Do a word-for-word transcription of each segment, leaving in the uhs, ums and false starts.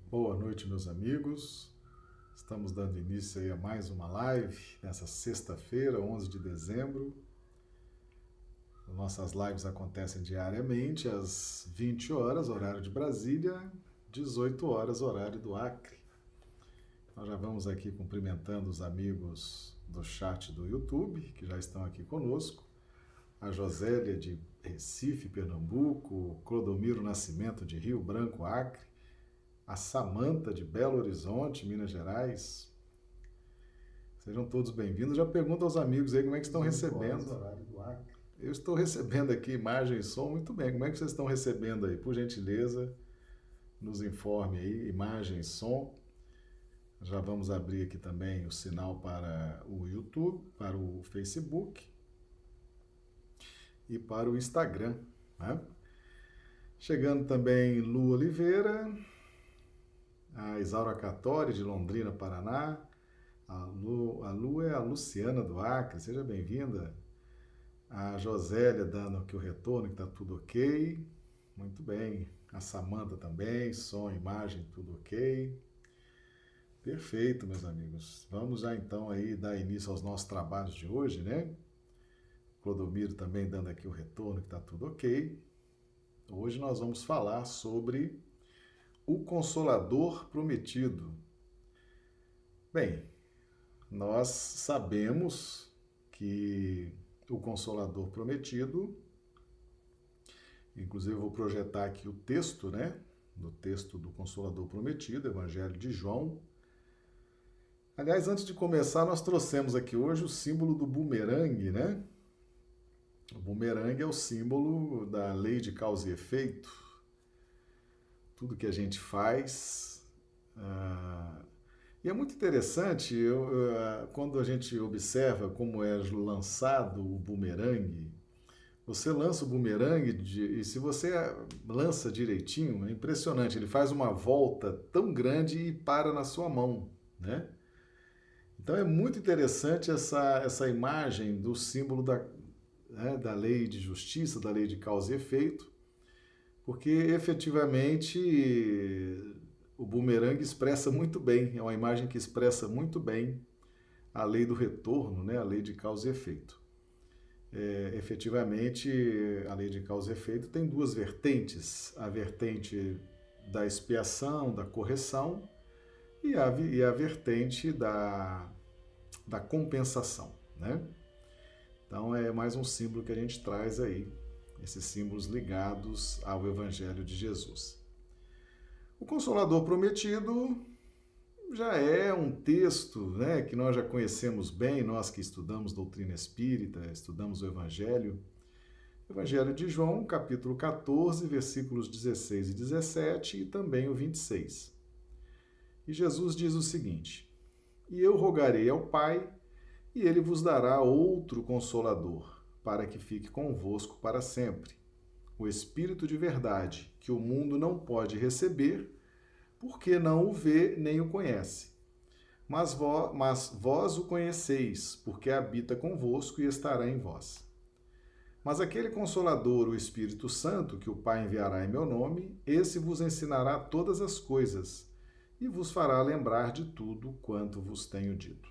Boa noite, meus amigos. Estamos dando início aí a mais uma live nessa sexta-feira, onze de dezembro. Nossas lives acontecem diariamente às vinte horas, horário de Brasília, dezoito horas, horário do Acre. Nós já vamos aqui cumprimentando os amigos do chat do YouTube, que já estão aqui conosco. A Josélia de Recife, Pernambuco, o Clodomiro Nascimento de Rio Branco, Acre, a Samanta de Belo Horizonte, Minas Gerais. Sejam todos bem-vindos. Já pergunto aos amigos aí como é que estão recebendo. Eu estou recebendo aqui imagem e som muito bem. Como é que vocês estão recebendo aí? Por gentileza, nos informe aí, imagem e som. Já vamos abrir aqui também o sinal para o YouTube, para o Facebook e para o Instagram, né? Chegando também Lu Oliveira, a Isaura Catori, de Londrina, Paraná. A Lu, a Lu é a Luciana do Acre, seja bem-vinda. A Josélia dando aqui o retorno, que está tudo ok. Muito bem. A Samanta também, som, imagem, tudo ok. Perfeito, meus amigos. Vamos já então aí dar início aos nossos trabalhos de hoje, né? Clodomiro também dando aqui o retorno, que está tudo ok. Hoje nós vamos falar sobre o Consolador Prometido. Bem, nós sabemos que o Consolador Prometido, inclusive eu vou projetar aqui o texto, né? Do texto do Consolador Prometido, Evangelho de João. Aliás, antes de começar, nós trouxemos aqui hoje o símbolo do bumerangue, né? O bumerangue é o símbolo da lei de causa e efeito. Tudo que a gente faz. Uh, e é muito interessante eu, uh, quando a gente observa como é lançado o bumerangue. Você lança o bumerangue de, e se você lança direitinho, é impressionante. Ele faz uma volta tão grande e para na sua mão, né? Então é muito interessante essa, essa imagem do símbolo da, né, da lei de justiça, da lei de causa e efeito, porque efetivamente o bumerangue expressa muito bem, é uma imagem que expressa muito bem a lei do retorno, né, a lei de causa e efeito. É, efetivamente, a lei de causa e efeito tem duas vertentes, a vertente da expiação, da correção, e a, e a vertente da, da compensação, né? Então é mais um símbolo que a gente traz aí, esses símbolos ligados ao Evangelho de Jesus. O Consolador Prometido já é um texto, né, que nós já conhecemos bem, nós que estudamos doutrina espírita, estudamos o Evangelho. Evangelho de João, capítulo quatorze, versículos dezesseis e dezessete e também o vinte e seis. E Jesus diz o seguinte: E eu rogarei ao Pai, e ele vos dará outro Consolador, para que fique convosco para sempre, o Espírito de verdade, que o mundo não pode receber, porque não o vê nem o conhece. Mas vós, mas vós o conheceis, porque habita convosco e estará em vós. Mas aquele Consolador, o Espírito Santo, que o Pai enviará em meu nome, esse vos ensinará todas as coisas, e vos fará lembrar de tudo quanto vos tenho dito.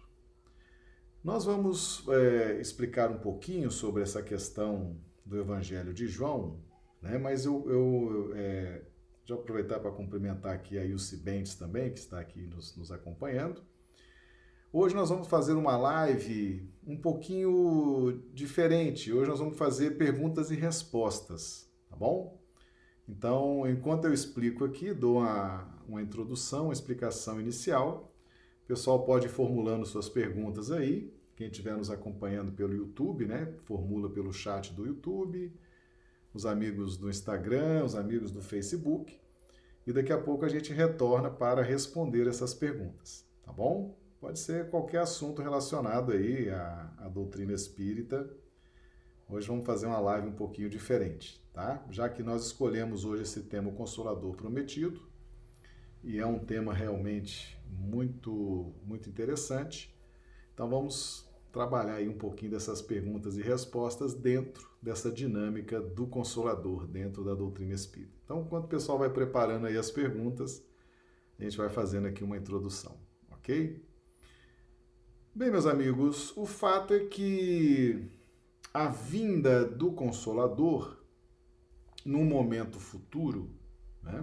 Nós vamos é, explicar um pouquinho sobre essa questão do Evangelho de João, né? Mas eu, eu é, já aproveitar para cumprimentar aqui a Ilse Bentes também, que está aqui nos, nos acompanhando. Hoje nós vamos fazer uma live um pouquinho diferente. Hoje nós vamos fazer perguntas e respostas, tá bom? Então, enquanto eu explico aqui, dou uma, uma introdução, uma explicação inicial. O pessoal pode ir formulando suas perguntas aí. Quem estiver nos acompanhando pelo YouTube, né, formula pelo chat do YouTube. Os amigos do Instagram, os amigos do Facebook. E daqui a pouco a gente retorna para responder essas perguntas, tá bom? Pode ser qualquer assunto relacionado aí à, à doutrina espírita. Hoje vamos fazer uma live um pouquinho diferente, tá? Já que nós escolhemos hoje esse tema, o Consolador Prometido, e é um tema realmente muito, muito interessante. Então vamos trabalhar aí um pouquinho dessas perguntas e respostas dentro dessa dinâmica do Consolador, dentro da doutrina espírita. Então, enquanto o pessoal vai preparando aí as perguntas, a gente vai fazendo aqui uma introdução, ok? Bem, meus amigos, o fato é que a vinda do Consolador, num momento futuro, né,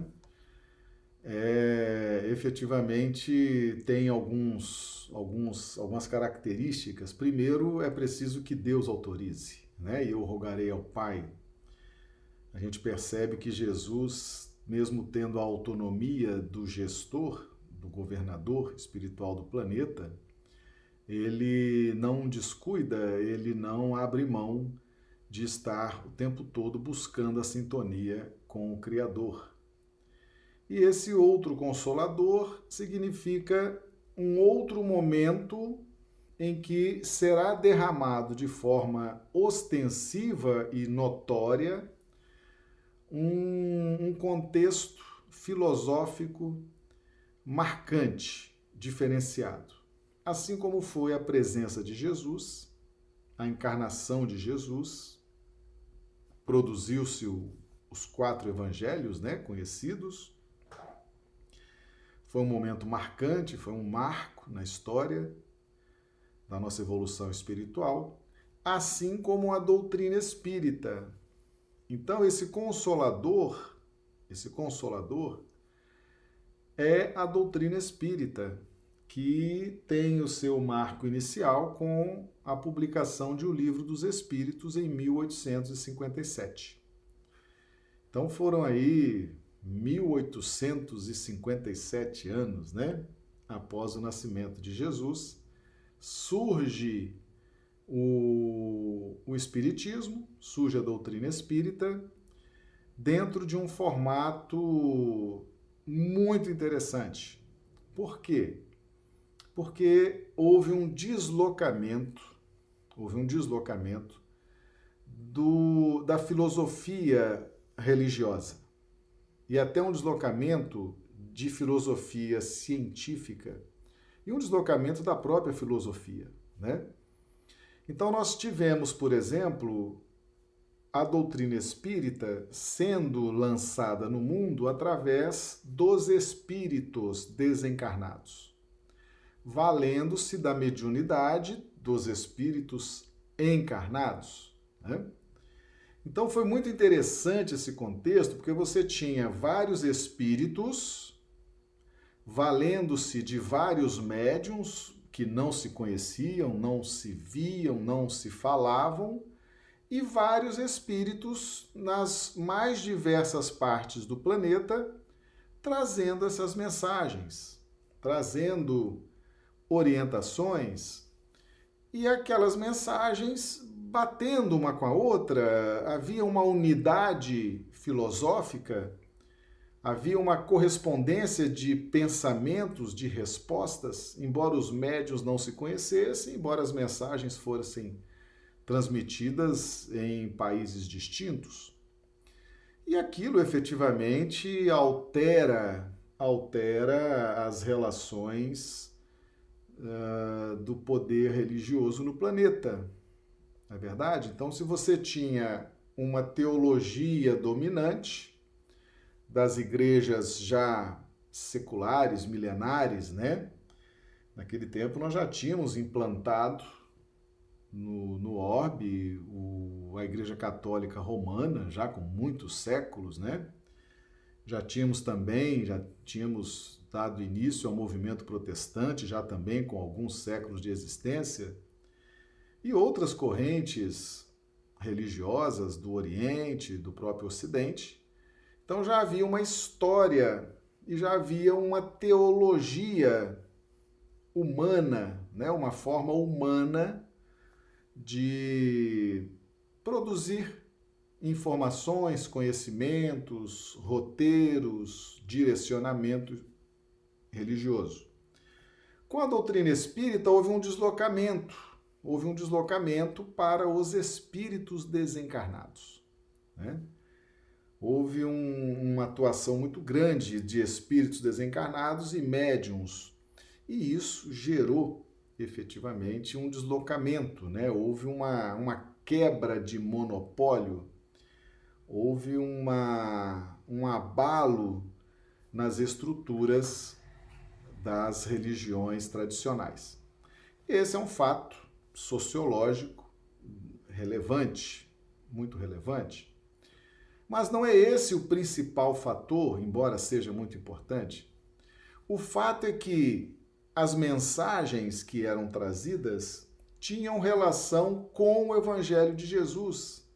é, efetivamente tem alguns, alguns, algumas características. Primeiro, é preciso que Deus autorize, né? E eu rogarei ao Pai. A gente percebe que Jesus, mesmo tendo a autonomia do gestor, do governador espiritual do planeta, ele não descuida, ele não abre mão de estar o tempo todo buscando a sintonia com o Criador. E esse outro Consolador significa um outro momento em que será derramado de forma ostensiva e notória um, um contexto filosófico marcante, diferenciado. Assim como foi a presença de Jesus, a encarnação de Jesus, produziu-se os quatro evangelhos, né, conhecidos. Foi um momento marcante, foi um marco na história da nossa evolução espiritual, assim como a doutrina espírita. Então, esse consolador, esse consolador é a doutrina espírita, que tem o seu marco inicial com a publicação de O Livro dos Espíritos em mil oitocentos e cinquenta e sete. Então foram aí mil oitocentos e cinquenta e sete anos, né? Após o nascimento de Jesus, surge o, o Espiritismo, surge a doutrina espírita, dentro de um formato muito interessante. Por quê? Porque houve um deslocamento, houve um deslocamento do, da filosofia religiosa e até um deslocamento de filosofia científica e um deslocamento da própria filosofia, né? Então nós tivemos, por exemplo, a doutrina espírita sendo lançada no mundo através dos espíritos desencarnados, valendo-se da mediunidade dos espíritos encarnados, né? Então foi muito interessante esse contexto, porque você tinha vários espíritos valendo-se de vários médiuns que não se conheciam, não se viam, não se falavam, e vários espíritos nas mais diversas partes do planeta trazendo essas mensagens, trazendo orientações, e aquelas mensagens batendo uma com a outra. Havia uma unidade filosófica, havia uma correspondência de pensamentos, de respostas, embora os médiuns não se conhecessem, embora as mensagens fossem transmitidas em países distintos. E aquilo efetivamente altera, altera as relações uh, do poder religioso no planeta. Não é verdade? Então, se você tinha uma teologia dominante das igrejas já seculares, milenares, né? Naquele tempo nós já tínhamos implantado no, no orbe o, a Igreja Católica Romana, já com muitos séculos, né? Já tínhamos também, já tínhamos dado início ao movimento protestante, já também com alguns séculos de existência, e outras correntes religiosas do Oriente, do próprio Ocidente. Então já havia uma história e já havia uma teologia humana, né? Uma forma humana de produzir informações, conhecimentos, roteiros, direcionamento religioso. Com a doutrina espírita houve um deslocamento, houve um deslocamento para os espíritos desencarnados, né? Houve um, uma atuação muito grande de espíritos desencarnados e médiuns, e isso gerou efetivamente um deslocamento, né? Houve uma, uma quebra de monopólio, houve uma, um abalo nas estruturas das religiões tradicionais. Esse é um fato sociológico relevante, muito relevante. Mas não é esse o principal fator, embora seja muito importante. O fato é que as mensagens que eram trazidas tinham relação com o Evangelho de Jesus.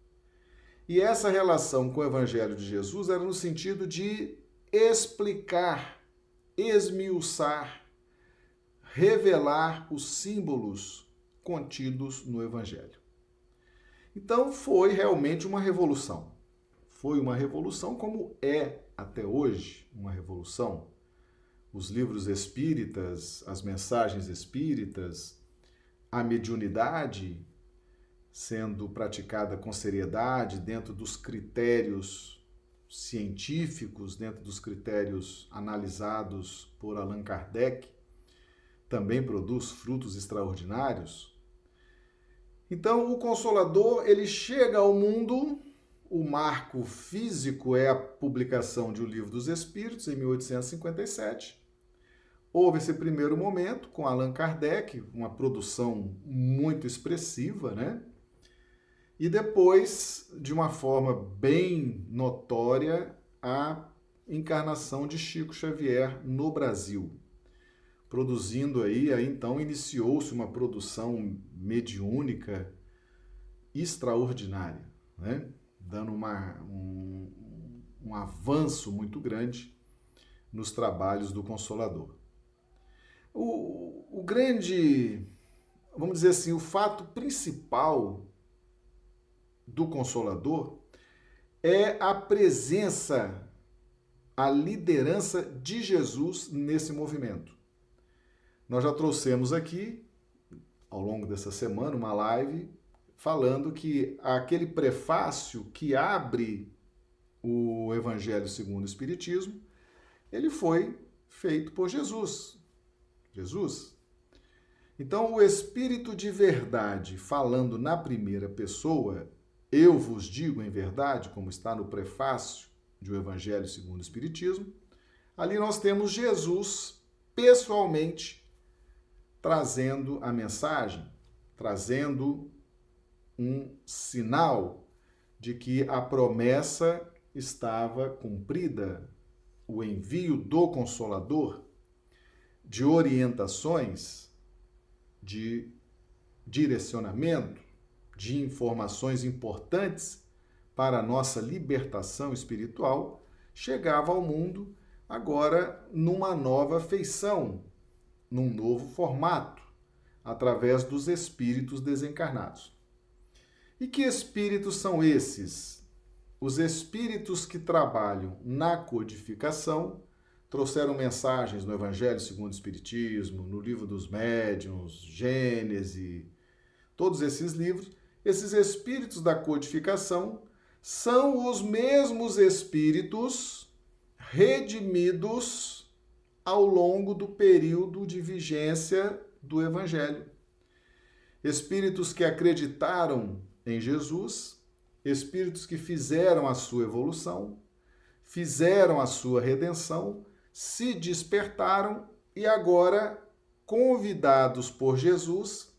E essa relação com o Evangelho de Jesus era no sentido de explicar, esmiuçar, revelar os símbolos contidos no Evangelho. Então foi realmente uma revolução. Foi uma revolução como é até hoje uma revolução. Os livros espíritas, as mensagens espíritas, a mediunidade sendo praticada com seriedade dentro dos critérios científicos, dentro dos critérios analisados por Allan Kardec, também produz frutos extraordinários. Então, o Consolador, ele chega ao mundo. O marco físico é a publicação de O Livro dos Espíritos, em mil oitocentos e cinquenta e sete. Houve esse primeiro momento com Allan Kardec, uma produção muito expressiva, né? E depois, de uma forma bem notória, a encarnação de Chico Xavier no Brasil. Produzindo aí, aí então iniciou-se uma produção mediúnica extraordinária, né? Dando uma, um, um avanço muito grande nos trabalhos do Consolador. O, o grande, vamos dizer assim, o fato principal do Consolador é a presença, a liderança de Jesus nesse movimento. Nós já trouxemos aqui, ao longo dessa semana, uma live falando que aquele prefácio que abre o Evangelho segundo o Espiritismo, ele foi feito por Jesus. Jesus. Então, o Espírito de verdade, falando na primeira pessoa, eu vos digo em verdade, como está no prefácio de O Evangelho segundo o Espiritismo, ali nós temos Jesus pessoalmente trazendo a mensagem, trazendo um sinal de que a promessa estava cumprida, o envio do Consolador, de orientações, de direcionamento, de informações importantes para a nossa libertação espiritual, chegava ao mundo agora numa nova feição, num novo formato, através dos espíritos desencarnados. E que espíritos são esses? Os espíritos que trabalham na codificação, trouxeram mensagens no Evangelho segundo o Espiritismo, no Livro dos Médiuns, Gênese, todos esses livros. Esses espíritos da codificação são os mesmos espíritos redimidos ao longo do período de vigência do Evangelho. Espíritos que acreditaram em Jesus, espíritos que fizeram a sua evolução, fizeram a sua redenção, se despertaram e agora, convidados por Jesus,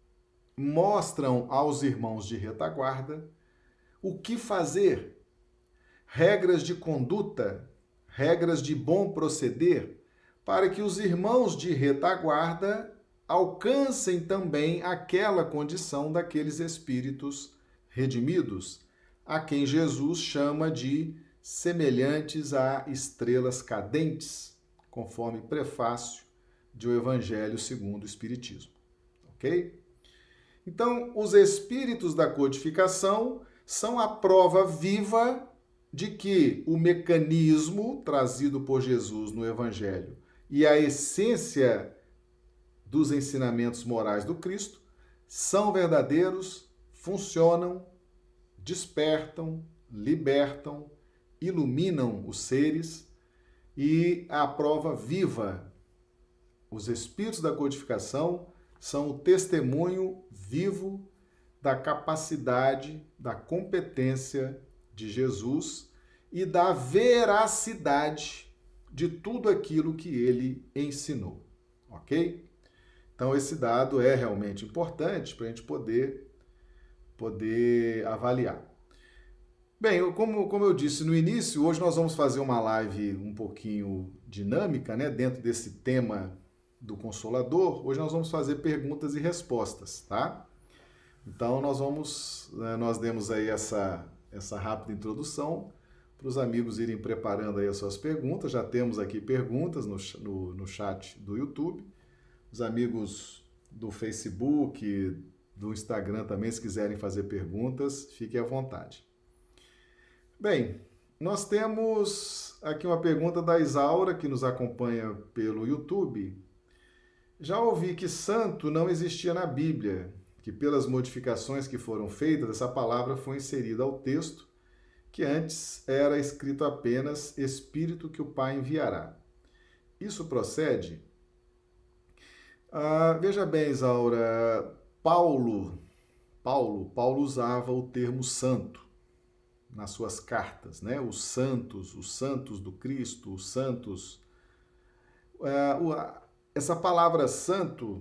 mostram aos irmãos de retaguarda o que fazer, regras de conduta, regras de bom proceder, para que os irmãos de retaguarda alcancem também aquela condição daqueles espíritos redimidos, a quem Jesus chama de semelhantes a estrelas cadentes, conforme prefácio de O Evangelho segundo o Espiritismo. Ok? Então, os espíritos da codificação são a prova viva de que o mecanismo trazido por Jesus no Evangelho e a essência dos ensinamentos morais do Cristo são verdadeiros, funcionam, despertam, libertam, iluminam os seres e a prova viva. Os espíritos da codificação são o testemunho vivo da capacidade, da competência de Jesus e da veracidade de tudo aquilo que ele ensinou, ok? Então, esse dado é realmente importante para a gente poder, poder avaliar. Bem, eu- como, como eu disse no início, hoje nós vamos fazer uma live um pouquinho dinâmica, né? Dentro desse tema do Consolador. Hoje nós vamos fazer perguntas e respostas, tá? Então, nós vamos, né, nós demos aí essa, essa rápida introdução para os amigos irem preparando aí as suas perguntas. Já temos aqui perguntas no, ch- no, no chat do YouTube. Os amigos do Facebook, do Instagram também, se quiserem fazer perguntas, fiquem à vontade. Bem, nós temos aqui uma pergunta da Isaura, que nos acompanha pelo YouTube. Já ouvi que santo não existia na Bíblia, que pelas modificações que foram feitas, essa palavra foi inserida ao texto, que antes era escrito apenas Espírito que o Pai enviará. Isso procede? Ah, veja bem, Isaura, Paulo, Paulo, Paulo usava o termo santo nas suas cartas, né? Os santos, os santos do Cristo, os santos. Ah, o- a- essa palavra santo,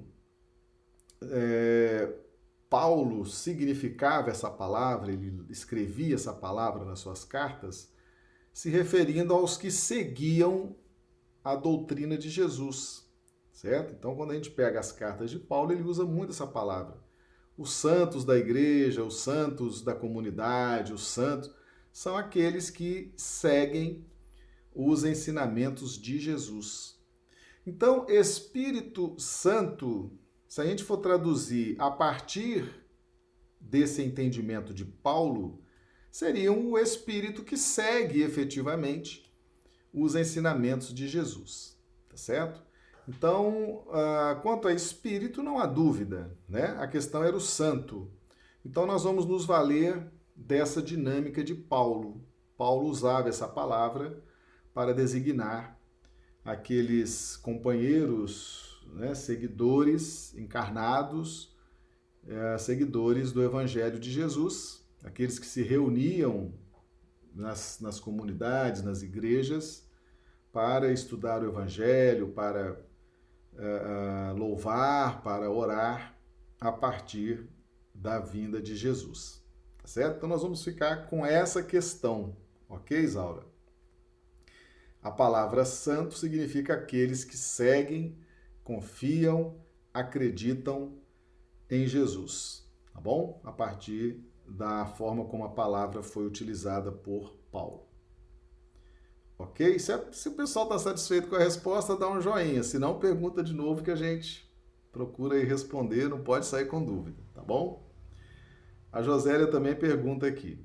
é, Paulo significava essa palavra, ele escrevia essa palavra nas suas cartas, se referindo aos que seguiam a doutrina de Jesus, certo? Então, quando a gente pega as cartas de Paulo, ele usa muito essa palavra. Os santos da igreja, os santos da comunidade, os santos, são aqueles que seguem os ensinamentos de Jesus. Então, Espírito Santo, se a gente for traduzir a partir desse entendimento de Paulo, seria o Espírito que segue efetivamente os ensinamentos de Jesus, tá certo? Então, ah, quanto a Espírito, não há dúvida, né? A questão era o santo. Então, nós vamos nos valer dessa dinâmica de Paulo. Paulo usava essa palavra para designar aqueles companheiros, né, seguidores encarnados, eh, seguidores do Evangelho de Jesus, aqueles que se reuniam nas, nas comunidades, nas igrejas, para estudar o Evangelho, para eh, louvar, para orar a partir da vinda de Jesus. Tá certo? Então nós vamos ficar com essa questão, ok, Isaura? A palavra santo significa aqueles que seguem, confiam, acreditam em Jesus, tá bom? A partir da forma como a palavra foi utilizada por Paulo. Ok? Se, a, se o pessoal está satisfeito com a resposta, dá um joinha. Se não, pergunta de novo que a gente procura aí responder, não pode sair com dúvida, tá bom? A Josélia também pergunta aqui.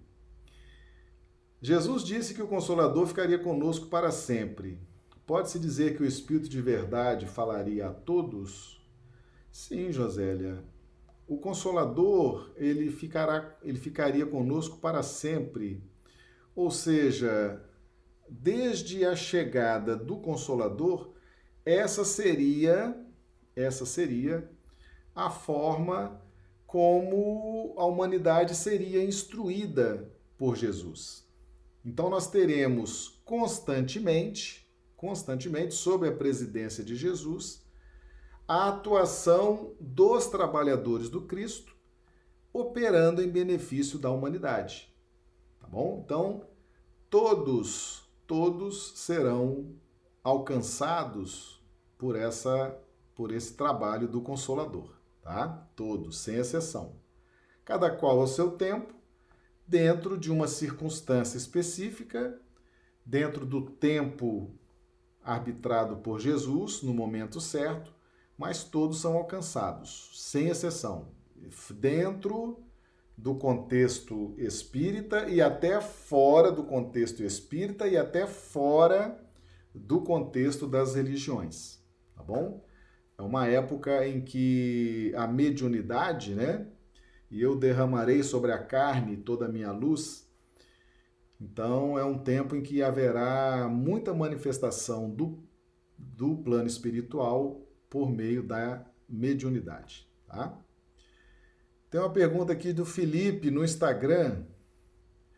Jesus disse que o Consolador ficaria conosco para sempre. Pode-se dizer que o Espírito de verdade falaria a todos? Sim, Josélia. O Consolador, ele ficará, ele ficaria conosco para sempre. Ou seja, desde a chegada do Consolador, essa seria, essa seria a forma como a humanidade seria instruída por Jesus. Então nós teremos constantemente, constantemente, sob a presidência de Jesus, a atuação dos trabalhadores do Cristo operando em benefício da humanidade. Tá bom? Então, todos, todos serão alcançados por essa por esse trabalho do Consolador, tá? Todos, sem exceção. Cada qual ao seu tempo, dentro de uma circunstância específica, dentro do tempo arbitrado por Jesus, no momento certo, mas todos são alcançados, sem exceção, dentro do contexto espírita e até fora do contexto espírita e até fora do contexto das religiões, tá bom? É uma época em que a mediunidade, né? E eu derramarei sobre a carne toda a minha luz. Então, é um tempo em que haverá muita manifestação do, do plano espiritual por meio da mediunidade, tá? Tem uma pergunta aqui do Felipe no Instagram.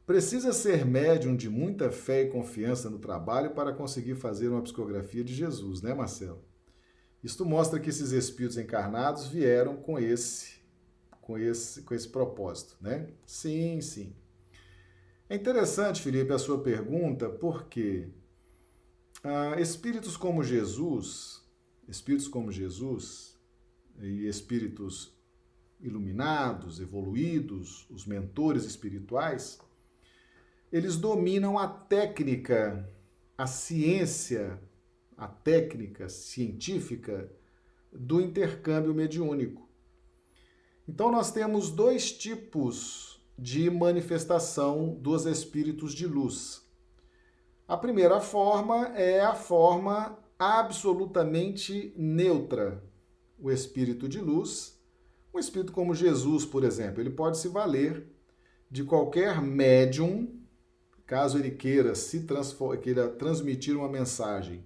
Precisa ser médium de muita fé e confiança no trabalho para conseguir fazer uma psicografia de Jesus, né, Marcelo? Isto mostra que esses espíritos encarnados vieram com esse, com esse, com esse propósito, né? Sim, sim. É interessante, Felipe, a sua pergunta, porque ah, espíritos como Jesus, espíritos como Jesus e espíritos iluminados, evoluídos, os mentores espirituais, eles dominam a técnica, a ciência, a técnica científica do intercâmbio mediúnico. Então, nós temos dois tipos de manifestação dos espíritos de luz. A primeira forma é a forma absolutamente neutra. O espírito de luz, um espírito como Jesus, por exemplo, ele pode se valer de qualquer médium, caso ele queira, se transform... queira transmitir uma mensagem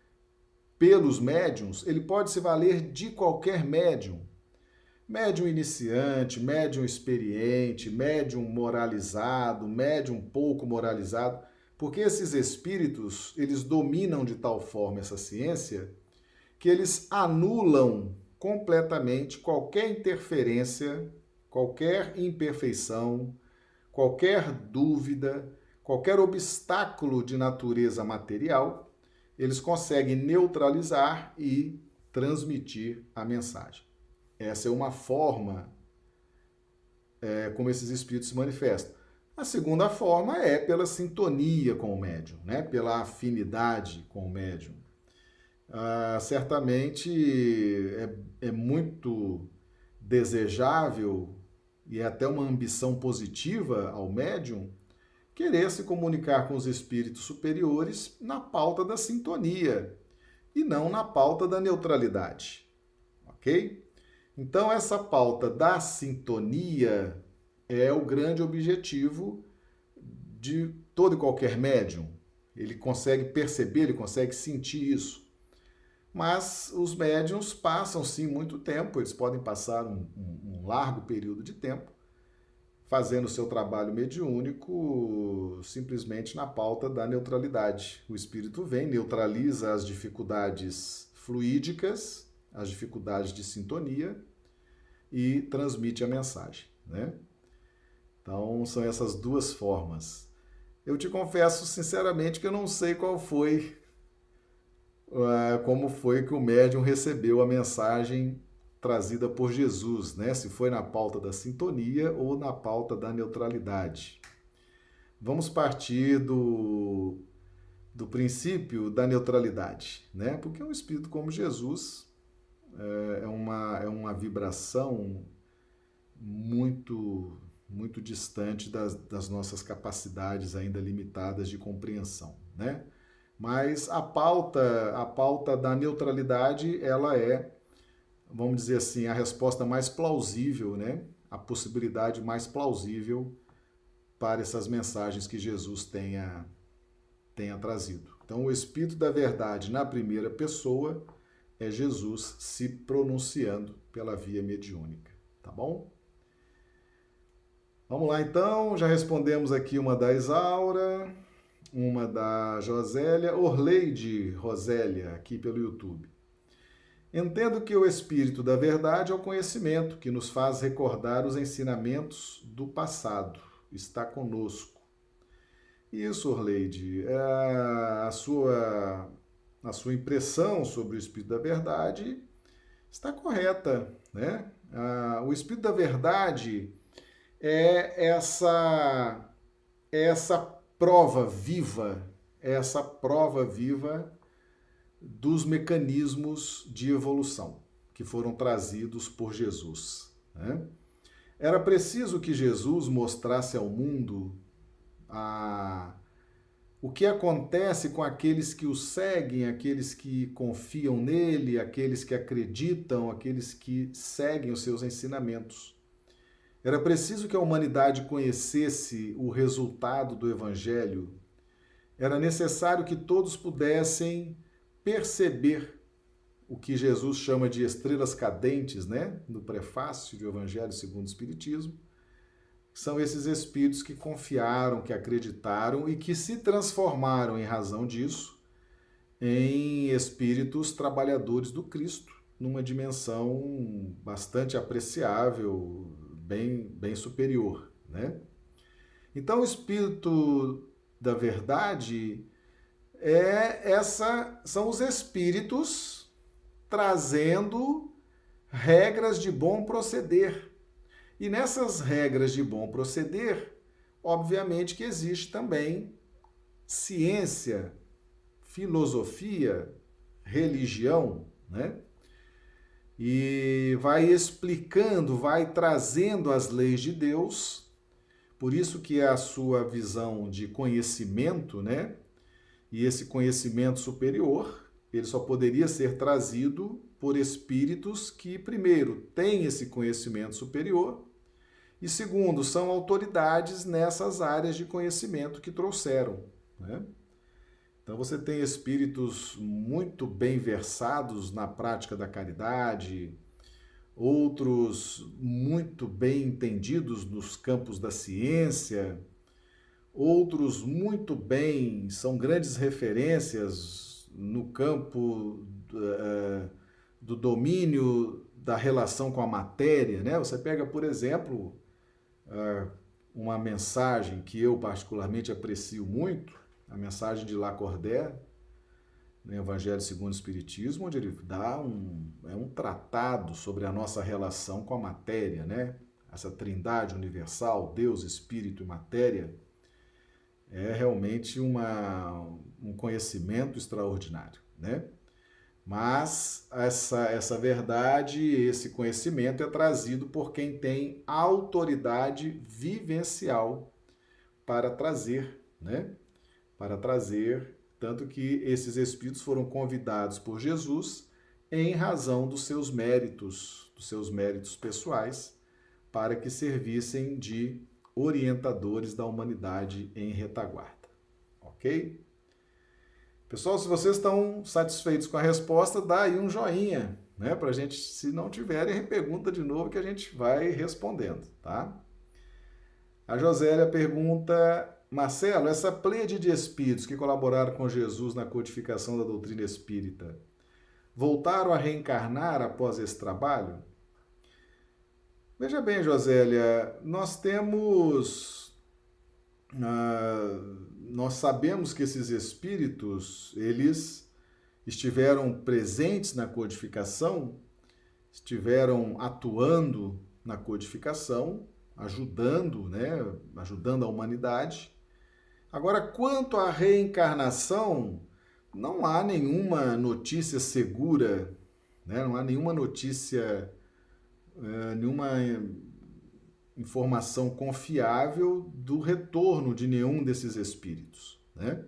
pelos médiums, ele pode se valer de qualquer médium. Médium iniciante, médium experiente, médium moralizado, médium pouco moralizado, porque esses espíritos, eles dominam de tal forma essa ciência que eles anulam completamente qualquer interferência, qualquer imperfeição, qualquer dúvida, qualquer obstáculo de natureza material, eles conseguem neutralizar e transmitir a mensagem. Essa é uma forma é, como esses espíritos se manifestam. A segunda forma é pela sintonia com o médium, né? Pela afinidade com o médium. Ah, certamente é, é muito desejável e é até uma ambição positiva ao médium querer se comunicar com os espíritos superiores na pauta da sintonia e não na pauta da neutralidade, ok? Então, essa pauta da sintonia é o grande objetivo de todo e qualquer médium. Ele consegue perceber, ele consegue sentir isso. Mas os médiums passam, sim, muito tempo, eles podem passar um, um, um largo período de tempo fazendo o seu trabalho mediúnico simplesmente na pauta da neutralidade. O espírito vem, neutraliza as dificuldades fluídicas, as dificuldades de sintonia e transmite a mensagem, né? Então, são essas duas formas. Eu te confesso sinceramente que eu não sei qual foi, uh, como foi que o médium recebeu a mensagem trazida por Jesus, né? Se foi na pauta da sintonia ou na pauta da neutralidade. Vamos partir do, do princípio da neutralidade, né? Porque um espírito como Jesus é uma, é uma vibração muito, muito distante das, das nossas capacidades ainda limitadas de compreensão, né? Mas a pauta, a pauta da neutralidade, ela é, vamos dizer assim, a resposta mais plausível, né? A possibilidade mais plausível para essas mensagens que Jesus tenha, tenha trazido. Então, o Espírito da Verdade na primeira pessoa é Jesus se pronunciando pela via mediúnica, tá bom? Vamos lá, então. Já respondemos aqui uma da Isaura, uma da Josélia, Orleide Rosélia, aqui pelo YouTube. Entendo que o Espírito da Verdade é o conhecimento que nos faz recordar os ensinamentos do passado. Está conosco. Isso, Orleide, é a sua, a sua impressão sobre o Espírito da Verdade está correta, né? O Espírito da Verdade é essa, essa prova viva, essa prova viva dos mecanismos de evolução que foram trazidos por Jesus, né? Era preciso que Jesus mostrasse ao mundo a, o que acontece com aqueles que o seguem, aqueles que confiam nele, aqueles que acreditam, aqueles que seguem os seus ensinamentos. Era preciso que a humanidade conhecesse o resultado do Evangelho. Era necessário que todos pudessem perceber o que Jesus chama de estrelas cadentes, né? No prefácio do Evangelho segundo o Espiritismo. são esses espíritos que confiaram, que acreditaram e que se transformaram em razão disso em espíritos trabalhadores do Cristo, numa dimensão bastante apreciável, bem, bem superior, né? Então, o espírito da verdade é essa, são os espíritos trazendo regras de bom proceder. E nessas regras de bom proceder, obviamente que existe também ciência, filosofia, religião, né? E vai explicando, vai trazendo as leis de Deus. Por isso que é a sua visão de conhecimento, né? E esse conhecimento superior, ele só poderia ser trazido por espíritos que, primeiro, têm esse conhecimento superior e, segundo, são autoridades nessas áreas de conhecimento que trouxeram, né? Então, você tem espíritos muito bem versados na prática da caridade, outros muito bem entendidos nos campos da ciência, outros muito bem, são grandes referências no campo uh, do domínio da relação com a matéria, né? Você pega, por exemplo, uh, uma mensagem que eu particularmente aprecio muito, a mensagem de Lacordaire, no Evangelho segundo o Espiritismo, onde ele dá um, é um tratado sobre a nossa relação com a matéria, né? Essa trindade universal, Deus, Espírito e matéria, é realmente uma, um conhecimento extraordinário, né? Mas essa, essa verdade, esse conhecimento é trazido por quem tem autoridade vivencial para trazer, né? Para trazer, tanto que esses espíritos foram convidados por Jesus em razão dos seus méritos, dos seus méritos pessoais, para que servissem de orientadores da humanidade em retaguarda. Ok? Pessoal, se vocês estão satisfeitos com a resposta, dá aí um joinha, né? Para a gente, se não tiverem, pergunta de novo que a gente vai respondendo, tá? A Josélia pergunta: Marcelo, essa pleiade de espíritos que colaboraram com Jesus na codificação da doutrina espírita, voltaram a reencarnar após esse trabalho? Veja bem, Josélia, nós temos... Uh, nós sabemos que esses espíritos, eles estiveram presentes na codificação, estiveram atuando na codificação, ajudando, né, ajudando a humanidade. Agora, quanto à reencarnação, não há nenhuma notícia segura, né? Não há nenhuma notícia, é, nenhuma informação confiável do retorno de nenhum desses espíritos, né?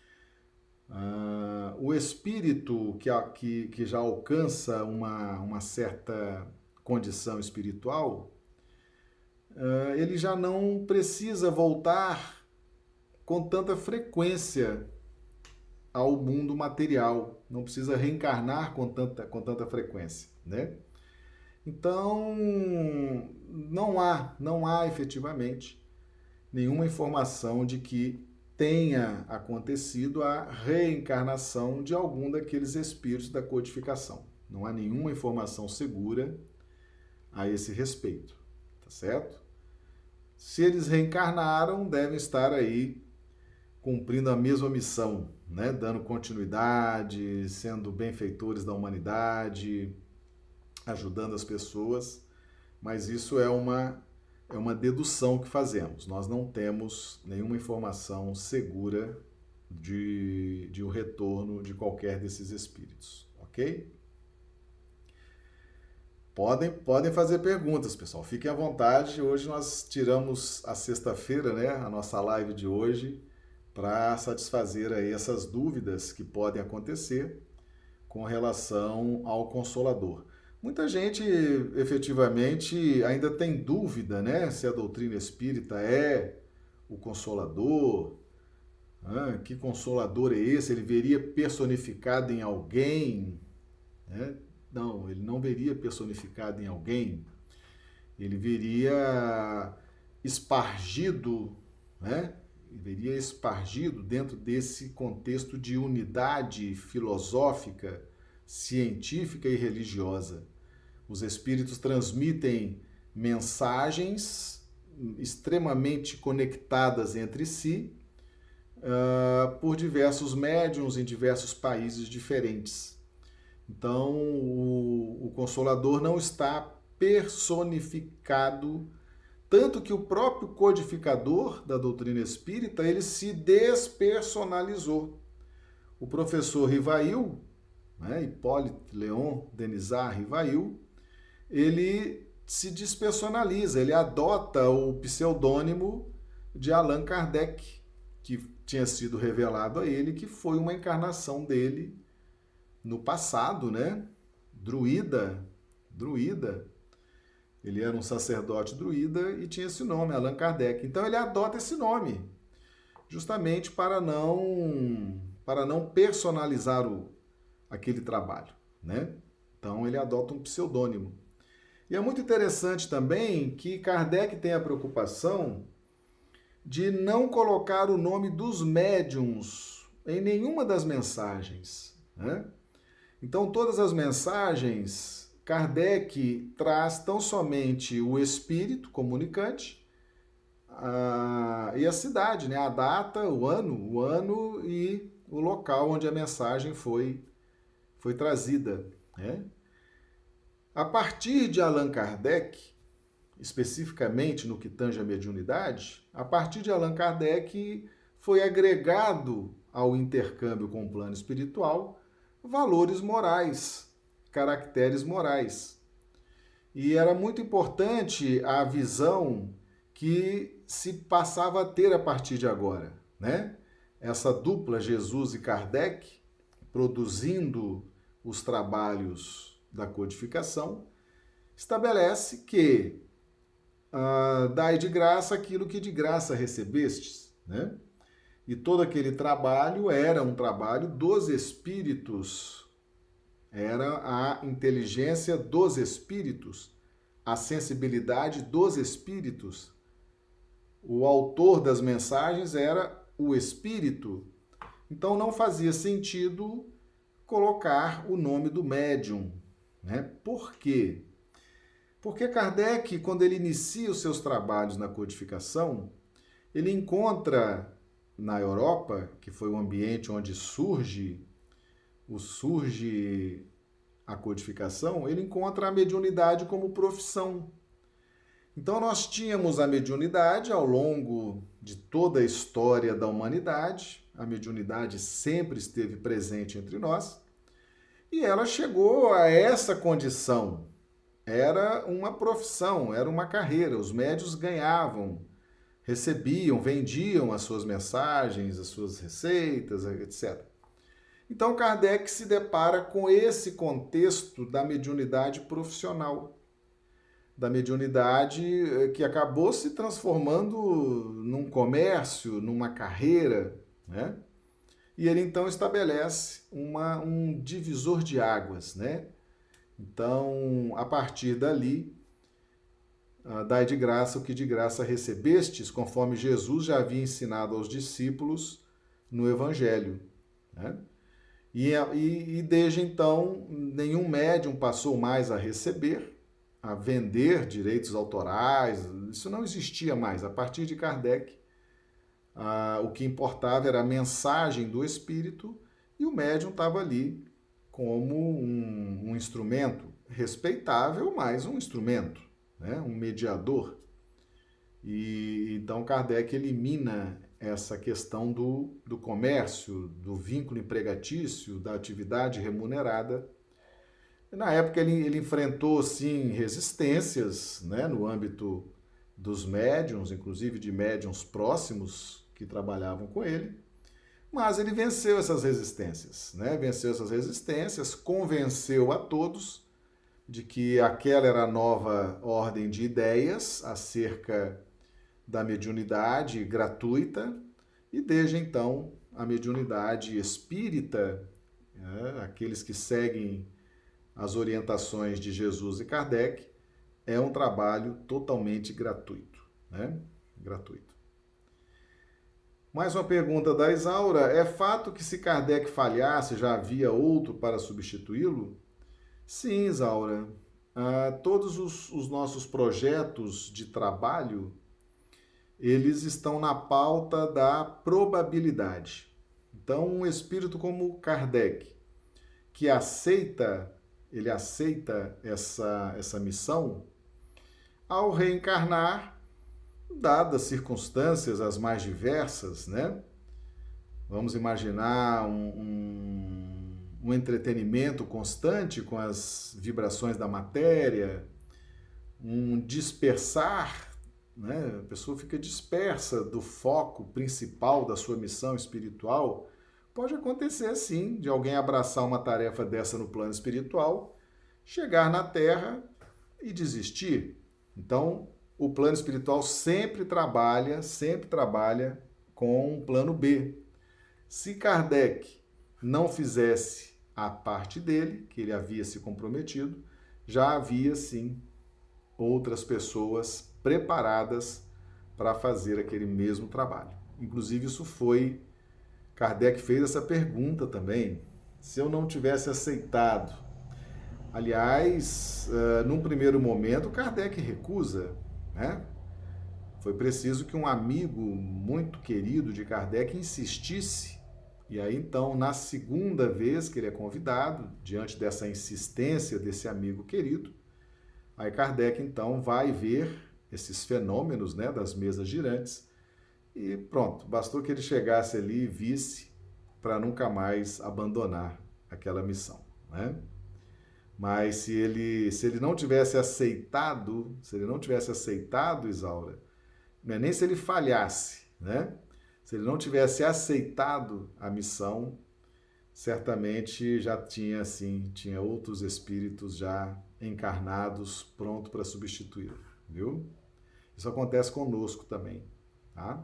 Ah, o espírito que, que, que já alcança uma, uma certa condição espiritual, ah, ele já não precisa voltar com tanta frequência ao mundo material, não precisa reencarnar com tanta, com tanta frequência, né? Então, não há, não há efetivamente nenhuma informação de que tenha acontecido a reencarnação de algum daqueles espíritos da codificação. Não há nenhuma informação segura a esse respeito, tá certo? Se eles reencarnaram, devem estar aí cumprindo a mesma missão, né? Dando continuidade, sendo benfeitores da humanidade, ajudando as pessoas, mas isso é uma, é uma dedução que fazemos. Nós não temos nenhuma informação segura de, de o retorno de qualquer desses espíritos, ok? Podem, podem fazer perguntas, pessoal. Fiquem à vontade. Hoje nós tiramos a sexta-feira, né, a nossa live de hoje, para satisfazer aí essas dúvidas que podem acontecer com relação ao Consolador. Muita gente, efetivamente, ainda tem dúvida, né, se a doutrina espírita é o Consolador. Ah, que Consolador é esse? Ele veria personificado em alguém, né? Não, ele não veria personificado em alguém. Ele viria espargido, né? Viveria espargido dentro desse contexto de unidade filosófica, científica e religiosa. Os espíritos transmitem mensagens extremamente conectadas entre si, uh, por diversos médiuns em diversos países diferentes. Então, o, o Consolador não está personificado, tanto que o próprio codificador da doutrina espírita, ele se despersonalizou. O professor Rivail, né, Hipólito Léon Denisard Rivail, ele se despersonaliza, ele adota o pseudônimo de Allan Kardec, que tinha sido revelado a ele que foi uma encarnação dele no passado, né? Druida, druida. Ele era um sacerdote druida e tinha esse nome, Allan Kardec. Então ele adota esse nome, justamente para não para não personalizar o, aquele trabalho, né? Então ele adota um pseudônimo. E é muito interessante também que Kardec tem a preocupação de não colocar o nome dos médiuns em nenhuma das mensagens, né? Então, todas as mensagens, Kardec traz tão somente o espírito comunicante a, e a cidade, né? A data, o ano, o ano e o local onde a mensagem foi, foi trazida, né? A partir de Allan Kardec, especificamente no que tange a mediunidade, a partir de Allan Kardec foi agregado ao intercâmbio com o plano espiritual valores morais, caracteres morais. E era muito importante a visão que se passava a ter a partir de agora, né? Essa dupla Jesus e Kardec produzindo os trabalhos da codificação estabelece que uh, dai de graça aquilo que de graça recebestes, né? E todo aquele trabalho era um trabalho dos espíritos, era a inteligência dos espíritos, a sensibilidade dos espíritos. O autor das mensagens era o espírito. Então não fazia sentido colocar o nome do médium, né? Por quê? Porque Kardec, quando ele inicia os seus trabalhos na codificação, ele encontra na Europa, que foi o ambiente onde surge, o surge a codificação, ele encontra a mediunidade como profissão. Então nós tínhamos a mediunidade ao longo de toda a história da humanidade, a mediunidade sempre esteve presente entre nós, e ela chegou a essa condição. Era uma profissão, era uma carreira, os médiuns ganhavam, recebiam, vendiam as suas mensagens, as suas receitas, etcétera. Então Kardec se depara com esse contexto da mediunidade profissional, da mediunidade que acabou se transformando num comércio, numa carreira, né? E ele então estabelece uma, um divisor de águas, né? Então, a partir dali, Uh, dai de graça o que de graça recebestes, conforme Jesus já havia ensinado aos discípulos no Evangelho, né? E, e, e desde então, nenhum médium passou mais a receber, a vender direitos autorais, isso não existia mais. A partir de Kardec, uh, o que importava era a mensagem do Espírito e o médium estava ali como um, um instrumento respeitável, mas um instrumento, né? Um mediador. E então Kardec elimina essa questão do, do comércio, do vínculo empregatício, da atividade remunerada. Na época ele, ele enfrentou, sim, resistências, né, no âmbito dos médiuns, inclusive de médiuns próximos que trabalhavam com ele, mas ele venceu essas resistências, né? Venceu essas resistências, convenceu a todos de que aquela era a nova ordem de ideias acerca da mediunidade gratuita, e desde então a mediunidade espírita, né, aqueles que seguem as orientações de Jesus e Kardec, é um trabalho totalmente gratuito, né? gratuito. Mais uma pergunta da Isaura. É fato que se Kardec falhasse, já havia outro para substituí-lo? Sim, Isaura. Ah, todos os, os nossos projetos de trabalho, eles estão na pauta da probabilidade. Então, um espírito como Kardec, que aceita, ele aceita essa, essa missão, ao reencarnar, dadas circunstâncias as mais diversas, né? Vamos imaginar um, um, um entretenimento constante com as vibrações da matéria, um dispersar, né? A pessoa fica dispersa do foco principal da sua missão espiritual. Pode acontecer, sim, de alguém abraçar uma tarefa dessa no plano espiritual, chegar na Terra e desistir. Então, o plano espiritual sempre trabalha, sempre trabalha com um plano B. Se Kardec não fizesse a parte dele, que ele havia se comprometido, já havia, sim, outras pessoas preparadas para fazer aquele mesmo trabalho. Inclusive, isso foi... Kardec fez essa pergunta também. Se eu não tivesse aceitado... Aliás, uh, num primeiro momento, Kardec recusa, né? Foi preciso que um amigo muito querido de Kardec insistisse. E aí, então, na segunda vez que ele é convidado, diante dessa insistência desse amigo querido, aí Kardec, então, vai ver esses fenômenos, né, das mesas girantes e pronto, bastou que ele chegasse ali e visse para nunca mais abandonar aquela missão, né? Mas se ele, se ele não tivesse aceitado, se ele não tivesse aceitado, Isaura, não é nem se ele falhasse, né? Se ele não tivesse aceitado a missão, certamente já tinha, assim, tinha outros espíritos já encarnados, pronto para substituí-lo, viu? Isso acontece conosco também, tá?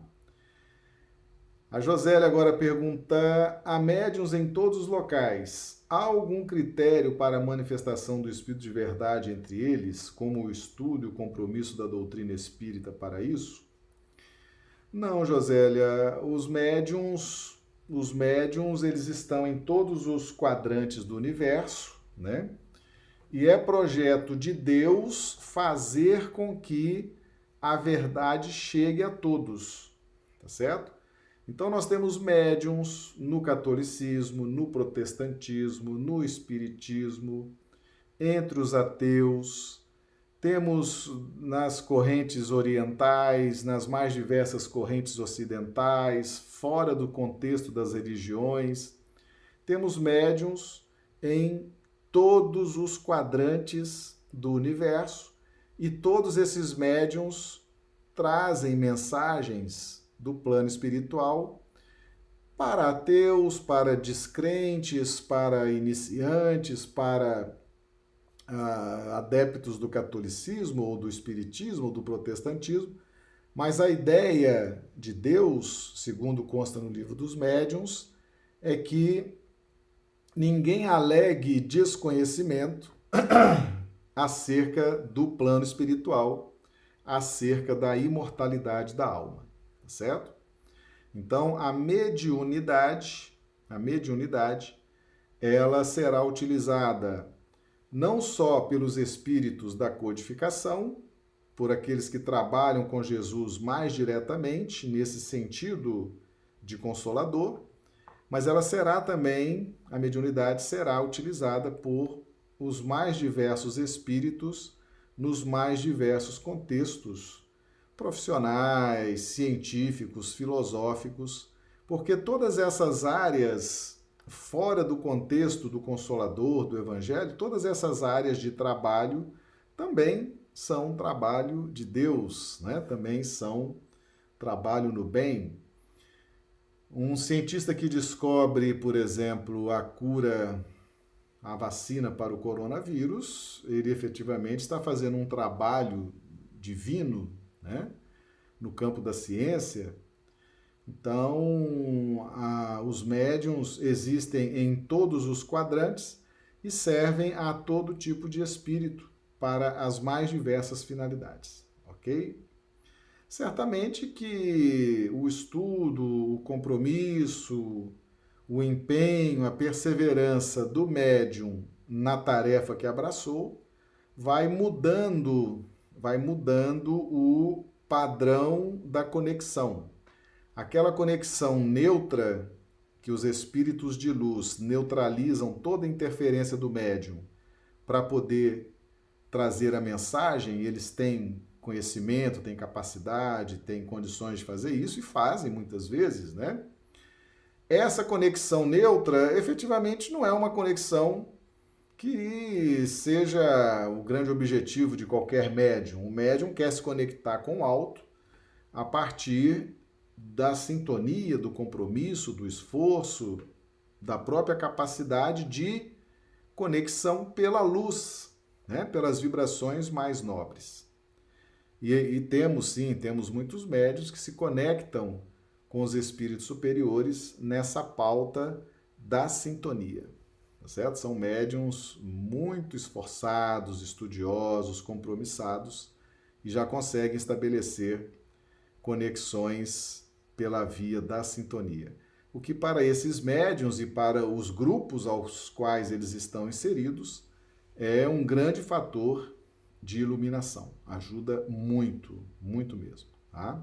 A Josélia agora pergunta: há médiuns em todos os locais. Há algum critério para a manifestação do Espírito de verdade entre eles, como o estudo e o compromisso da doutrina espírita para isso? Não, Josélia. Os médiuns, os médiuns, eles estão em todos os quadrantes do universo, né? E é projeto de Deus fazer com que a verdade chegue a todos, tá certo? Então, nós temos médiuns no catolicismo, no protestantismo, no espiritismo, entre os ateus, temos nas correntes orientais, nas mais diversas correntes ocidentais, fora do contexto das religiões. Temos médiuns em todos os quadrantes do universo e todos esses médiuns trazem mensagens do plano espiritual para ateus, para descrentes, para iniciantes, para uh, adeptos do catolicismo ou do espiritismo ou do protestantismo, mas a ideia de Deus, segundo consta no Livro dos Médiuns, é que ninguém alegue desconhecimento acerca do plano espiritual, acerca da imortalidade da alma. Certo? Então, a mediunidade, a mediunidade, ela será utilizada não só pelos espíritos da codificação, por aqueles que trabalham com Jesus mais diretamente, nesse sentido de consolador, mas ela será também, a mediunidade será utilizada por os mais diversos espíritos nos mais diversos contextos profissionais, científicos, filosóficos, porque todas essas áreas, fora do contexto do Consolador, do Evangelho, todas essas áreas de trabalho também são trabalho de Deus, né? Também são trabalho no bem. Um cientista que descobre, por exemplo, a cura, a vacina para o coronavírus, ele efetivamente está fazendo um trabalho divino, né, no campo da ciência. Então, a, os médiuns existem em todos os quadrantes e servem a todo tipo de espírito para as mais diversas finalidades, ok? Certamente que o estudo, o compromisso, o empenho, a perseverança do médium na tarefa que abraçou vai mudando, vai mudando o padrão da conexão. Aquela conexão neutra que os espíritos de luz neutralizam toda a interferência do médium para poder trazer a mensagem, eles têm conhecimento, têm capacidade, têm condições de fazer isso e fazem muitas vezes, né? Essa conexão neutra efetivamente não é uma conexão que seja o grande objetivo de qualquer médium. O médium quer se conectar com o alto a partir da sintonia, do compromisso, do esforço, da própria capacidade de conexão pela luz, né? Pelas vibrações mais nobres. E, e temos sim, temos muitos médiuns que se conectam com os espíritos superiores nessa pauta da sintonia, tá certo? São médiuns muito esforçados, estudiosos, compromissados e já conseguem estabelecer conexões pela via da sintonia. O que para esses médiuns e para os grupos aos quais eles estão inseridos é um grande fator de iluminação. Ajuda muito, muito mesmo, tá?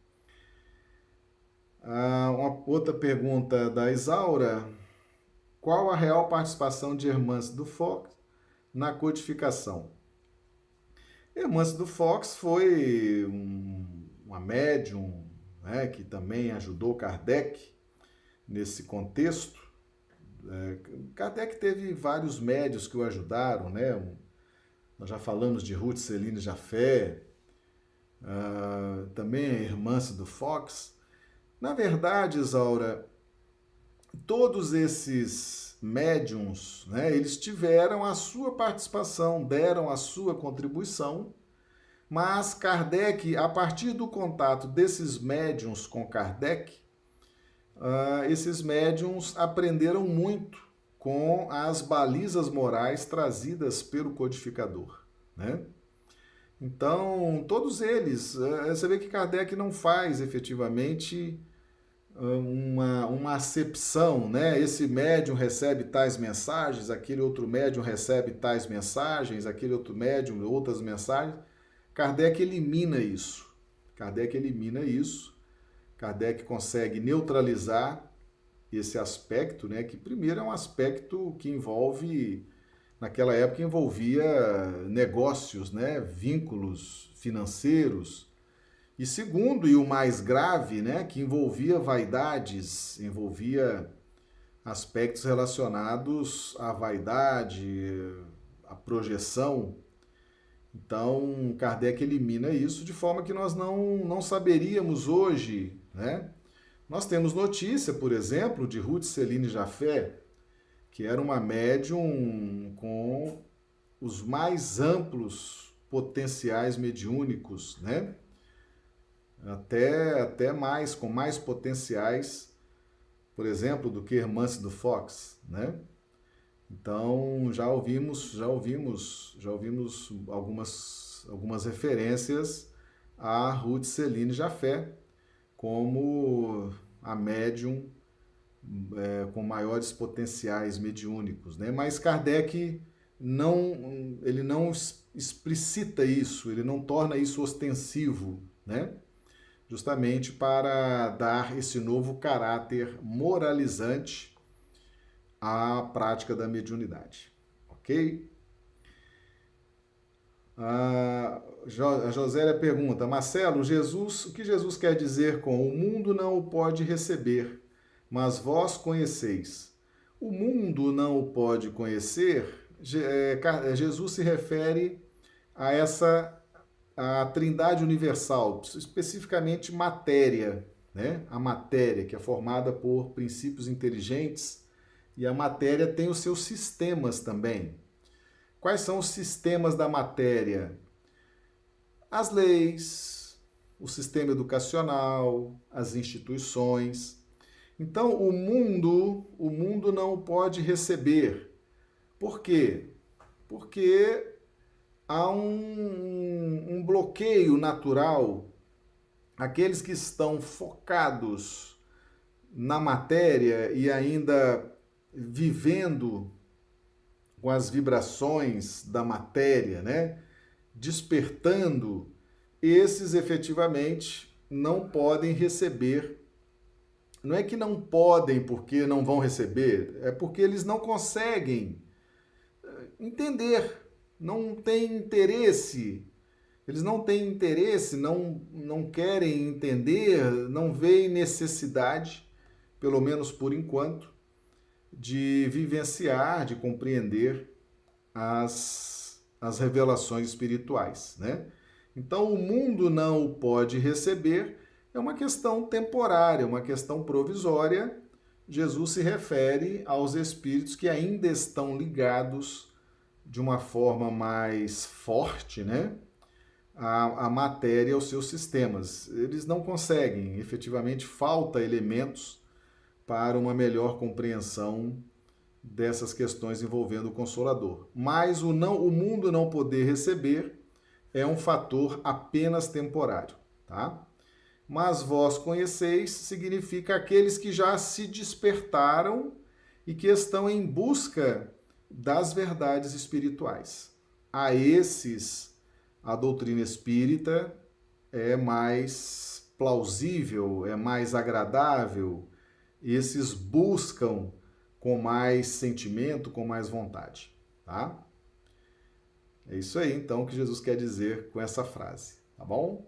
Ah, uma outra pergunta da Isaura. Qual a real participação de Hermance do Fox na codificação? Hermance do Fox foi um, uma médium, né, que também ajudou Kardec nesse contexto. É, Kardec teve vários médiuns que o ajudaram, né? Nós já falamos de Ruth Celine Jafé, uh, também a Hermance do Fox. Na verdade, Isaura, todos esses médiuns, né, eles tiveram a sua participação, deram a sua contribuição, mas Kardec, a partir do contato desses médiuns com Kardec, uh, esses médiuns aprenderam muito com as balizas morais trazidas pelo codificador, né? Então, todos eles, você vê que Kardec não faz efetivamente uma, uma acepção, né? Esse médium recebe tais mensagens, aquele outro médium recebe tais mensagens, aquele outro médium outras mensagens. Kardec elimina isso. Kardec elimina isso. Kardec consegue neutralizar esse aspecto, né, que primeiro é um aspecto que envolve, naquela época envolvia negócios, né, vínculos financeiros, e segundo, e o mais grave, né, que envolvia vaidades, envolvia aspectos relacionados à vaidade, à projeção. Então, Kardec elimina isso de forma que nós não, não saberíamos hoje, né? Nós temos notícia, por exemplo, de Ruth Celine Jafé, que era uma médium com os mais amplos potenciais mediúnicos, né? Até, até mais, com mais potenciais, por exemplo, do que Hermance do Fox, né? Então, já ouvimos, já ouvimos, já ouvimos algumas, algumas referências a Ruth Celine Jafé, como a médium é, com maiores potenciais mediúnicos, né? Mas Kardec não, ele não explicita isso, ele não torna isso ostensivo, né? Justamente para dar esse novo caráter moralizante à prática da mediunidade, ok? A Josélia pergunta, Marcelo, Jesus, o que Jesus quer dizer com o mundo não o pode receber, mas vós conheceis? O mundo não o pode conhecer, Jesus se refere a essa a trindade universal, especificamente matéria, né? A matéria, que é formada por princípios inteligentes, e a matéria tem os seus sistemas também. Quais são os sistemas da matéria? As leis, o sistema educacional, as instituições. Então, o mundo, o mundo não pode receber. Por quê? Porque há um, um bloqueio natural aqueles que estão focados na matéria e ainda vivendo com as vibrações da matéria, né? Despertando, esses efetivamente não podem receber. Não é que não podem porque não vão receber, é porque eles não conseguem entender, não têm interesse. Eles não têm interesse, não, não querem entender, não veem necessidade, pelo menos por enquanto, de vivenciar, de compreender as, as revelações espirituais, né? Então, o mundo não o pode receber, é uma questão temporária, uma questão provisória. Jesus se refere aos espíritos que ainda estão ligados de uma forma mais forte, né? A, a matéria aos seus sistemas. Eles não conseguem, efetivamente, falta elementos para uma melhor compreensão dessas questões envolvendo o Consolador. Mas o, não, o mundo não poder receber é um fator apenas temporário, tá? Mas vós conheceis significa aqueles que já se despertaram e que estão em busca das verdades espirituais. A esses, a doutrina espírita é mais plausível, é mais agradável. Esses buscam com mais sentimento, com mais vontade, tá? É isso aí, então, que Jesus quer dizer com essa frase, tá bom?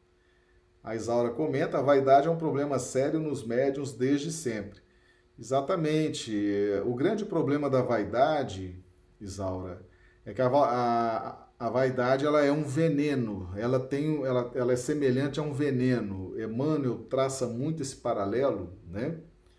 A Isaura comenta, a vaidade é um problema sério nos médiuns desde sempre. Exatamente. O grande problema da vaidade, Isaura, é que a, a, a vaidade ela é um veneno, ela, tem, ela, ela é semelhante a um veneno. Emmanuel traça muito esse paralelo, né?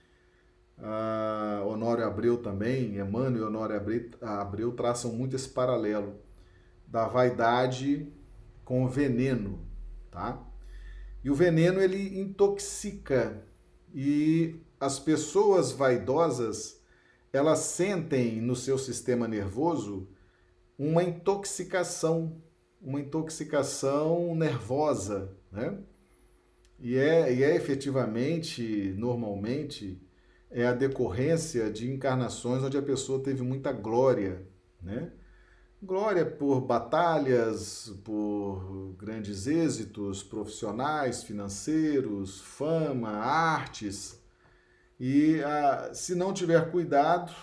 Ah, Honório Abreu também, Emmanuel e Honório Abreu, Abreu traçam muito esse paralelo da vaidade com o veneno, tá? E o veneno, ele intoxica. E as pessoas vaidosas, elas sentem no seu sistema nervoso uma intoxicação, uma intoxicação nervosa, né? E é, e é efetivamente, normalmente, é a decorrência de encarnações onde a pessoa teve muita glória, né? Glória por batalhas, por grandes êxitos profissionais, financeiros, fama, artes. E a, se não tiver cuidado,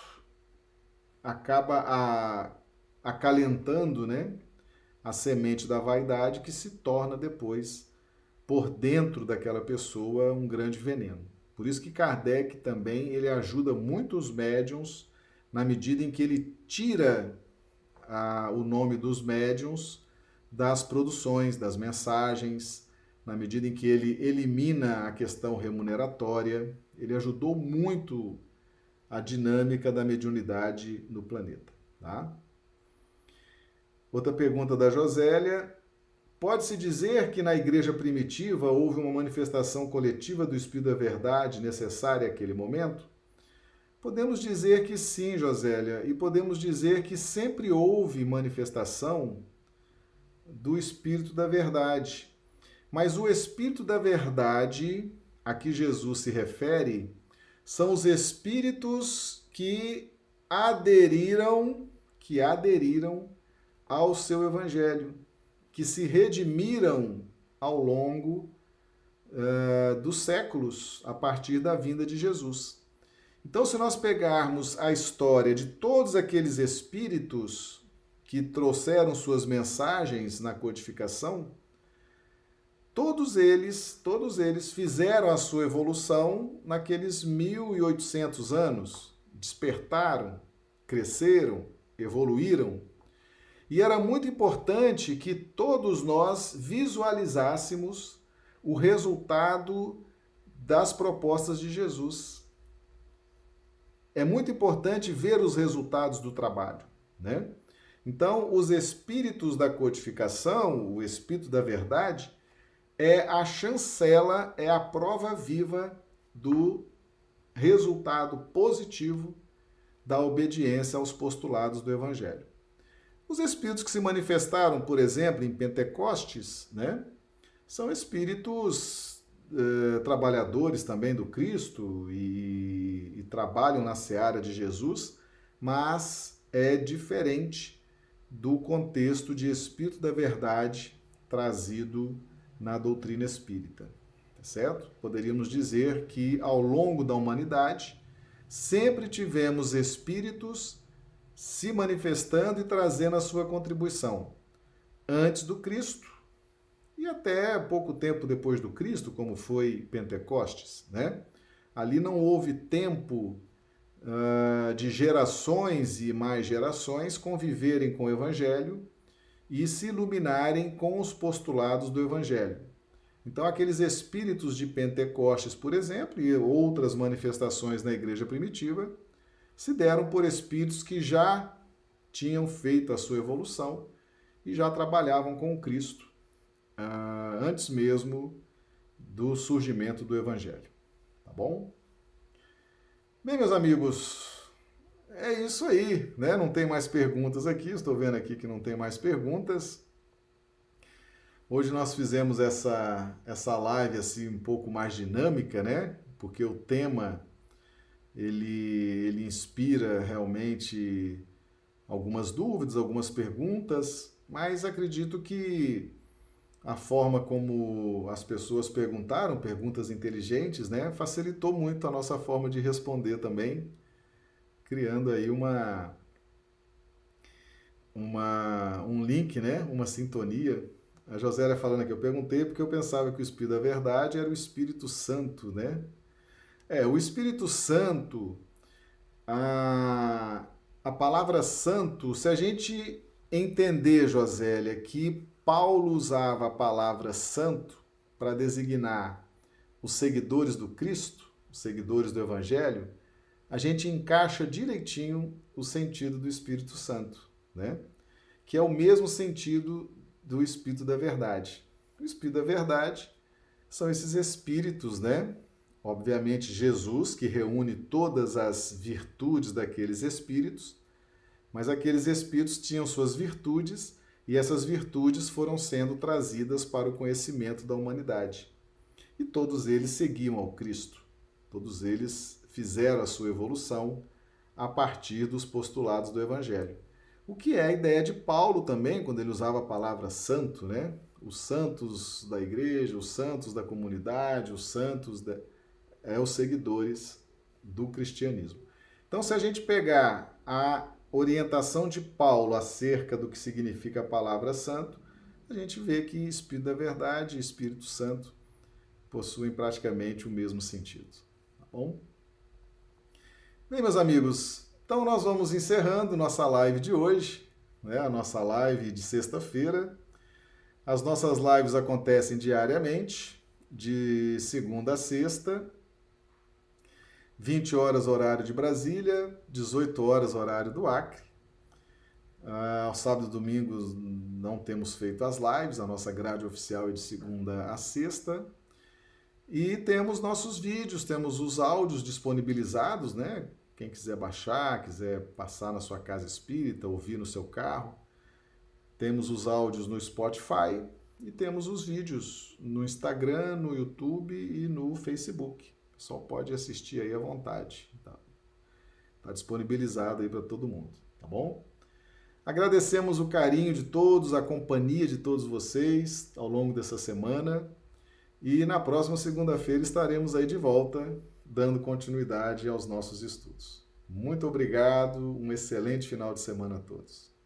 acaba a, acalentando, né, a semente da vaidade que se torna depois, por dentro daquela pessoa, um grande veneno. Por isso que Kardec também ele ajuda muito os médiuns na medida em que ele tira A, o nome dos médiuns das produções, das mensagens, na medida em que ele elimina a questão remuneratória. Ele ajudou muito a dinâmica da mediunidade no planeta, tá? Outra pergunta da Josélia. Pode-se dizer que na igreja primitiva houve uma manifestação coletiva do Espírito da Verdade necessária àquele momento? Podemos dizer que sim, Josélia, e podemos dizer que sempre houve manifestação do Espírito da Verdade. Mas o Espírito da Verdade, a que Jesus se refere, são os espíritos que aderiram, que aderiram ao seu Evangelho, que se redimiram ao longo uh, dos séculos, a partir da vinda de Jesus. Então, se nós pegarmos a história de todos aqueles espíritos que trouxeram suas mensagens na codificação, todos eles, todos eles fizeram a sua evolução naqueles mil e oitocentos anos, despertaram, cresceram, evoluíram. E era muito importante que todos nós visualizássemos o resultado das propostas de Jesus. É muito importante ver os resultados do trabalho, né? Então, os espíritos da codificação, o Espírito da Verdade, é a chancela, é a prova viva do resultado positivo da obediência aos postulados do Evangelho. Os espíritos que se manifestaram, por exemplo, em Pentecostes, né, são espíritos eh, trabalhadores também do Cristo e, e trabalham na seara de Jesus, mas é diferente do contexto de Espírito da Verdade trazido na doutrina espírita, tá certo? Poderíamos dizer que ao longo da humanidade sempre tivemos espíritos se manifestando e trazendo a sua contribuição antes do Cristo e até pouco tempo depois do Cristo, como foi Pentecostes, né? Ali não houve tempo uh, de gerações e mais gerações conviverem com o Evangelho e se iluminarem com os postulados do Evangelho. Então, aqueles espíritos de Pentecostes, por exemplo, e outras manifestações na igreja primitiva, se deram por espíritos que já tinham feito a sua evolução e já trabalhavam com o Cristo uh, antes mesmo do surgimento do Evangelho. Tá bom? Bem, meus amigos, é isso aí, né? Não tem mais perguntas aqui, estou vendo aqui que não tem mais perguntas. Hoje nós fizemos essa, essa live assim um pouco mais dinâmica, né? Porque o tema ele, ele inspira realmente algumas dúvidas, algumas perguntas, mas acredito que a forma como as pessoas perguntaram, perguntas inteligentes, né, facilitou muito a nossa forma de responder também, criando aí uma, uma, um link, né, uma sintonia. A Josélia falando aqui, eu perguntei porque eu pensava que o Espírito da Verdade era o Espírito Santo, né? É, o Espírito Santo, a, a palavra santo, se a gente entender, Josélia, que Paulo usava a palavra santo para designar os seguidores do Cristo, os seguidores do Evangelho, a gente encaixa direitinho o sentido do Espírito Santo, né? Que é o mesmo sentido do Espírito da Verdade. O Espírito da Verdade são esses espíritos, né? Obviamente, Jesus, que reúne todas as virtudes daqueles espíritos, mas aqueles espíritos tinham suas virtudes e essas virtudes foram sendo trazidas para o conhecimento da humanidade. E todos eles seguiam ao Cristo. Todos eles fizeram a sua evolução a partir dos postulados do Evangelho. O que é a ideia de Paulo também, quando ele usava a palavra santo, né? Os santos da igreja, os santos da comunidade, os santos da... é os seguidores do cristianismo. Então, se a gente pegar a orientação de Paulo acerca do que significa a palavra santo, a gente vê que Espírito da Verdade e Espírito Santo possuem praticamente o mesmo sentido. Tá bom? Bem, meus amigos, então nós vamos encerrando nossa live de hoje, né? A nossa live de sexta-feira. As nossas lives acontecem diariamente, de segunda a sexta, vinte horas horário de Brasília, dezoito horas horário do Acre. Ah, aos sábados e domingos não temos feito as lives, a nossa grade oficial é de segunda a sexta. E temos nossos vídeos, temos os áudios disponibilizados, né? Quem quiser baixar, quiser passar na sua casa espírita, ouvir no seu carro. Temos os áudios no Spotify e temos os vídeos no Instagram, no YouTube e no Facebook. O pessoal pode assistir aí à vontade. Tá, tá disponibilizado aí para todo mundo, tá bom? Agradecemos o carinho de todos, a companhia de todos vocês ao longo dessa semana. E na próxima segunda-feira estaremos aí de volta, dando continuidade aos nossos estudos. Muito obrigado, um excelente final de semana a todos.